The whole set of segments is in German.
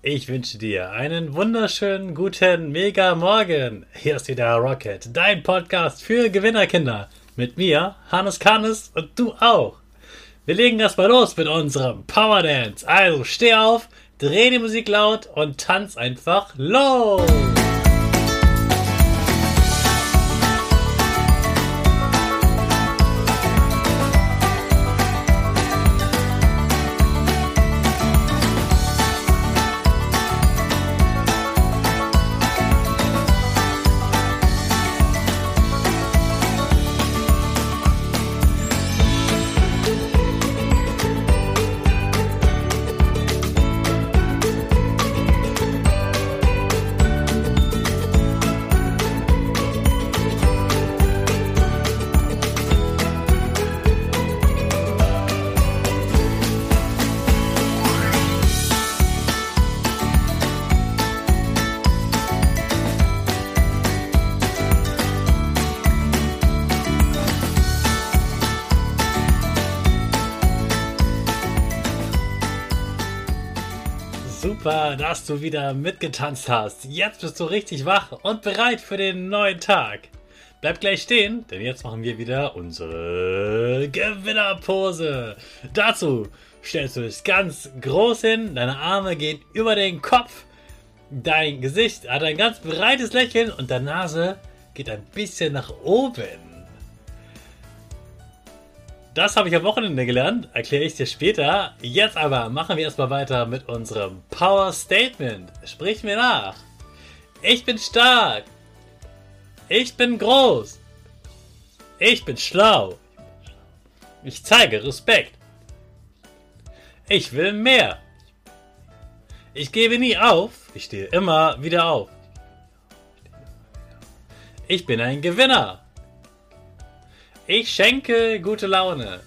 Ich wünsche dir einen wunderschönen, guten, mega Morgen. Hier ist wieder Rocket, dein Podcast für Gewinnerkinder. Mit mir, Hannes Kannes und du auch. Wir legen erstmal los mit unserem Power Dance. Also steh auf, dreh die Musik laut und tanz einfach los. Super, dass du wieder mitgetanzt hast. Jetzt bist du richtig wach und bereit für den neuen Tag. Bleib gleich stehen, denn jetzt machen wir wieder unsere Gewinnerpose. Dazu stellst du dich ganz groß hin, deine Arme gehen über den Kopf, dein Gesicht hat ein ganz breites Lächeln und deine Nase geht ein bisschen nach oben. Das habe ich am Wochenende gelernt, erkläre ich dir später. Jetzt aber machen wir erstmal weiter mit unserem Power Statement. Sprich mir nach. Ich bin stark. Ich bin groß. Ich bin schlau. Ich zeige Respekt. Ich will mehr. Ich gebe nie auf. Ich stehe immer wieder auf. Ich bin ein Gewinner. Ich schenke gute Laune.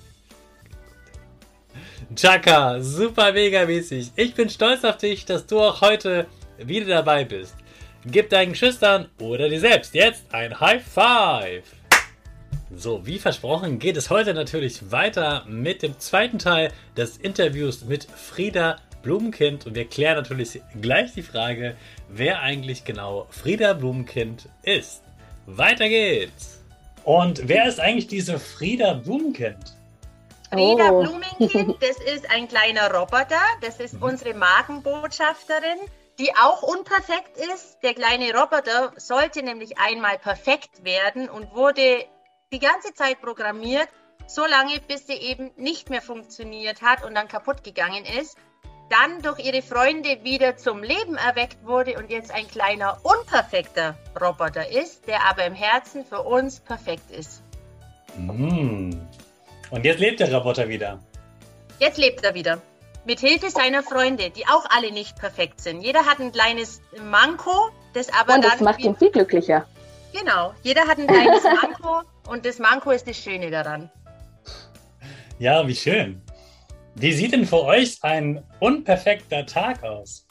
Chaka, super mega mäßig. Ich bin stolz auf dich, dass du auch heute wieder dabei bist. Gib deinen Geschwistern oder dir selbst jetzt ein High Five. So, wie versprochen geht es heute natürlich weiter mit dem zweiten Teil des Interviews mit Frieda Blumenkind. Und wir klären natürlich gleich die Frage, wer eigentlich genau Frieda Blumenkind ist. Weiter geht's. Und wer ist eigentlich diese Frieda Blumenkind? Frieda Blumenkind, das ist ein kleiner Roboter, das ist unsere Markenbotschafterin, die auch unperfekt ist. Der kleine Roboter sollte nämlich einmal perfekt werden und wurde die ganze Zeit programmiert, so lange bis sie eben nicht mehr funktioniert hat und dann kaputt gegangen ist. Dann durch ihre Freunde wieder zum Leben erweckt wurde und jetzt ein kleiner, unperfekter Roboter ist, der aber im Herzen für uns perfekt ist. Und jetzt lebt der Roboter wieder. Jetzt lebt er wieder. Mit Hilfe seiner Freunde, die auch alle nicht perfekt sind. Jeder hat ein kleines Manko, das aber und das macht ihn viel glücklicher. Genau, jeder hat ein kleines Manko und das Manko ist das Schöne daran. Ja, wie schön. Wie sieht denn für euch ein unperfekter Tag aus?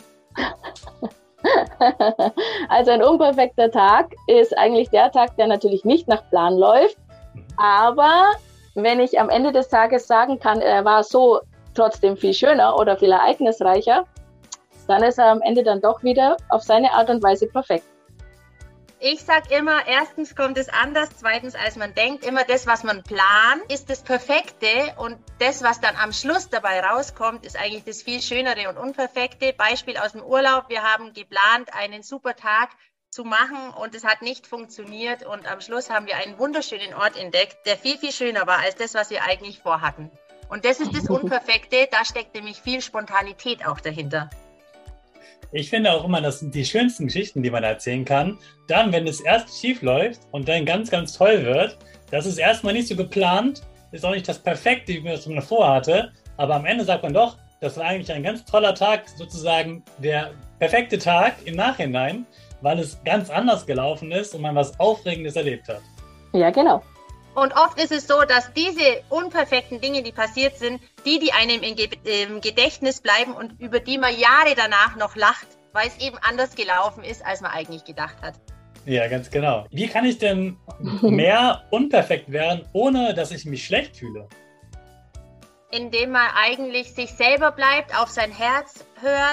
Also ein unperfekter Tag ist eigentlich der Tag, der natürlich nicht nach Plan läuft. Aber wenn ich am Ende des Tages sagen kann, er war so trotzdem viel schöner oder viel ereignisreicher, dann ist er am Ende dann doch wieder auf seine Art und Weise perfekt. Ich sage immer, erstens kommt es anders, zweitens als man denkt. Immer das, was man plant, ist das Perfekte und das, was dann am Schluss dabei rauskommt, ist eigentlich das viel Schönere und Unperfekte. Beispiel aus dem Urlaub, wir haben geplant, einen super Tag zu machen und es hat nicht funktioniert und am Schluss haben wir einen wunderschönen Ort entdeckt, der viel, viel schöner war als das, was wir eigentlich vorhatten. Und das ist das Unperfekte, da steckt nämlich viel Spontanität auch dahinter. Ich finde auch immer, das sind die schönsten Geschichten, die man erzählen kann. Dann, wenn es erst schief läuft und dann ganz, ganz toll wird, das ist erstmal nicht so geplant, ist auch nicht das Perfekte, wie man es vorhatte, aber am Ende sagt man doch, das war eigentlich ein ganz toller Tag, sozusagen der perfekte Tag im Nachhinein, weil es ganz anders gelaufen ist und man was Aufregendes erlebt hat. Ja, genau. Und oft ist es so, dass diese unperfekten Dinge, die passiert sind, die einem im Gedächtnis bleiben und über die man Jahre danach noch lacht, weil es eben anders gelaufen ist, als man eigentlich gedacht hat. Ja, ganz genau. Wie kann ich denn mehr unperfekt werden, ohne dass ich mich schlecht fühle? Indem man eigentlich sich selber bleibt, auf sein Herz hört,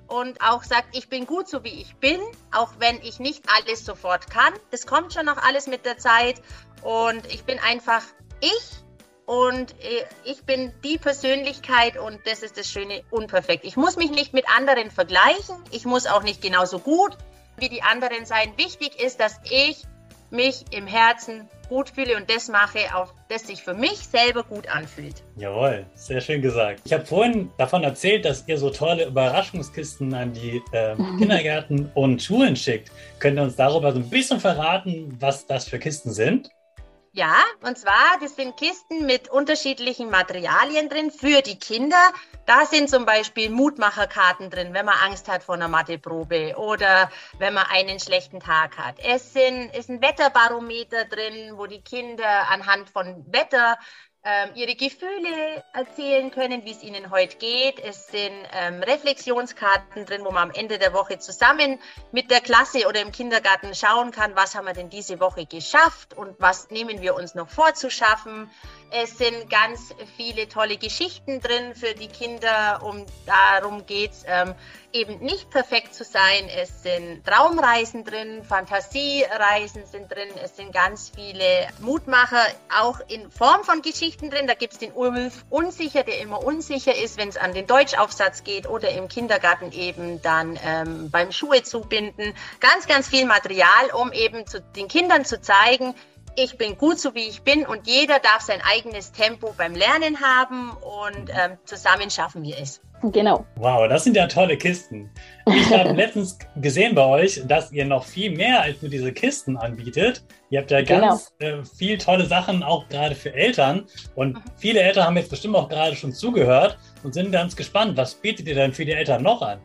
und auch sagt, ich bin gut so wie ich bin, auch wenn ich nicht alles sofort kann. Das kommt schon noch alles mit der Zeit und ich bin einfach ich und ich bin die Persönlichkeit und das ist das Schöne, unperfekt. Ich muss mich nicht mit anderen vergleichen, ich muss auch nicht genauso gut wie die anderen sein. Wichtig ist, dass ich mich im Herzen gut fühle und das mache, auf das sich für mich selber gut anfühlt. Jawohl, sehr schön gesagt. Ich habe vorhin davon erzählt, dass ihr so tolle Überraschungskisten an die Kindergärten und Schulen schickt. Könnt ihr uns darüber so ein bisschen verraten, was das für Kisten sind? Ja, und zwar, das sind Kisten mit unterschiedlichen Materialien drin für die Kinder. Da sind zum Beispiel Mutmacherkarten drin, wenn man Angst hat vor einer Matheprobe oder wenn man einen schlechten Tag hat. Es ist ein Wetterbarometer drin, wo die Kinder anhand von Wetter ihre Gefühle erzählen können, wie es ihnen heute geht. Es sind Reflexionskarten drin, wo man am Ende der Woche zusammen mit der Klasse oder im Kindergarten schauen kann, was haben wir denn diese Woche geschafft und was nehmen wir uns noch vor zu schaffen. Es sind ganz viele tolle Geschichten drin für die Kinder, darum geht's, eben nicht perfekt zu sein. Es sind Traumreisen drin, Fantasiereisen sind drin, es sind ganz viele Mutmacher, auch in Form von Geschichten drin. Da gibt's den Ulf Unsicher, der immer unsicher ist, wenn es an den Deutschaufsatz geht oder im Kindergarten eben dann beim Schuhe zubinden. Ganz, ganz viel Material, um eben den Kindern zu zeigen, ich bin gut so wie ich bin und jeder darf sein eigenes Tempo beim Lernen haben und zusammen schaffen wir es. Genau. Wow, das sind ja tolle Kisten. Ich habe letztens gesehen bei euch, dass ihr noch viel mehr als nur diese Kisten anbietet. Ihr habt ja ganz viel tolle Sachen, auch gerade für Eltern. Und viele Eltern haben jetzt bestimmt auch gerade schon zugehört und sind ganz gespannt. Was bietet ihr denn für die Eltern noch an?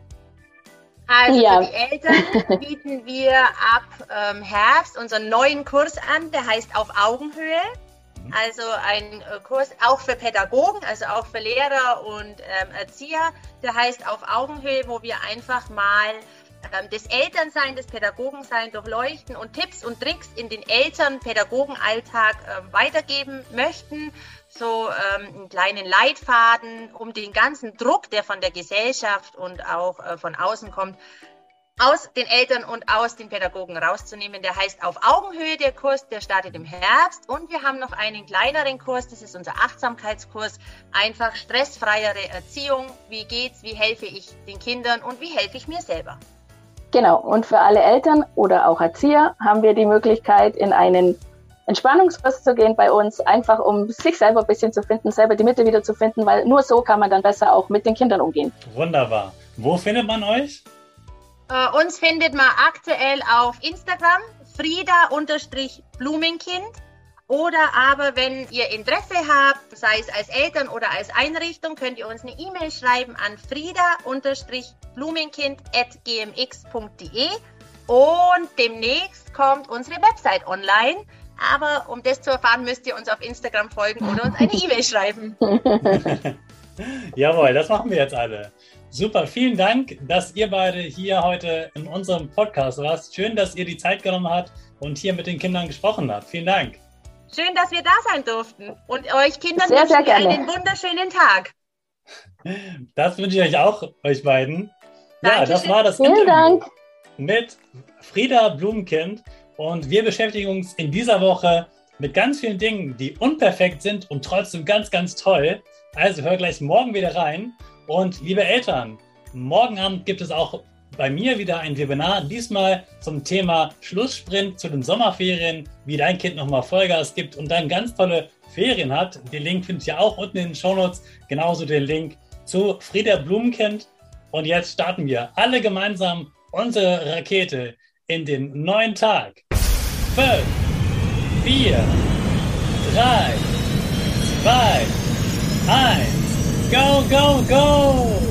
Also für die Eltern bieten wir ab Herbst unseren neuen Kurs an, der heißt Auf Augenhöhe. Also ein Kurs auch für Pädagogen, also auch für Lehrer und Erzieher. Der heißt Auf Augenhöhe, wo wir einfach mal das Elternsein, das Pädagogensein durchleuchten und Tipps und Tricks in den Eltern-Pädagogen-Alltag weitergeben möchten. So einen kleinen Leitfaden, um den ganzen Druck, der von der Gesellschaft und auch von außen kommt, aus den Eltern und aus den Pädagogen rauszunehmen. Der heißt Auf Augenhöhe, der Kurs, der startet im Herbst. Und wir haben noch einen kleineren Kurs, das ist unser Achtsamkeitskurs. Einfach stressfreiere Erziehung. Wie geht's, wie helfe ich den Kindern und wie helfe ich mir selber? Genau, und für alle Eltern oder auch Erzieher haben wir die Möglichkeit, in einen Entspannungskurs zu gehen bei uns, einfach um sich selber ein bisschen zu finden, selber die Mitte wieder zu finden, weil nur so kann man dann besser auch mit den Kindern umgehen. Wunderbar. Wo findet man euch? Uns findet man aktuell auf Instagram, Frieda_Blumenkind. Oder aber, wenn ihr Interesse habt, sei es als Eltern oder als Einrichtung, könnt ihr uns eine E-Mail schreiben an frieda_blumenkind@gmx.de und demnächst kommt unsere Website online. Aber um das zu erfahren, müsst ihr uns auf Instagram folgen oder uns eine E-Mail schreiben. Jawohl, das machen wir jetzt alle. Super, vielen Dank, dass ihr beide hier heute in unserem Podcast wart. Schön, dass ihr die Zeit genommen habt und hier mit den Kindern gesprochen habt. Vielen Dank. Schön, dass wir da sein durften. Und euch Kindern wünschen wir einen wunderschönen Tag. Das wünsche ich euch auch, euch beiden. Ja, das war das Vielen Interview Dank. mit Frieda Blumenkind. Und wir beschäftigen uns in dieser Woche mit ganz vielen Dingen, die unperfekt sind und trotzdem ganz, ganz toll. Also hör gleich morgen wieder rein. Und liebe Eltern, morgen Abend gibt es auch bei mir wieder ein Webinar, diesmal zum Thema Schlusssprint zu den Sommerferien, wie dein Kind nochmal Vollgas gibt und dann ganz tolle Ferien hat. Den Link findet ihr auch unten in den Shownotes, genauso den Link zu Frieda Blumenkind. Und jetzt starten wir alle gemeinsam unsere Rakete in den neuen Tag. 5, 4, 3, 2, 1, go, go, go!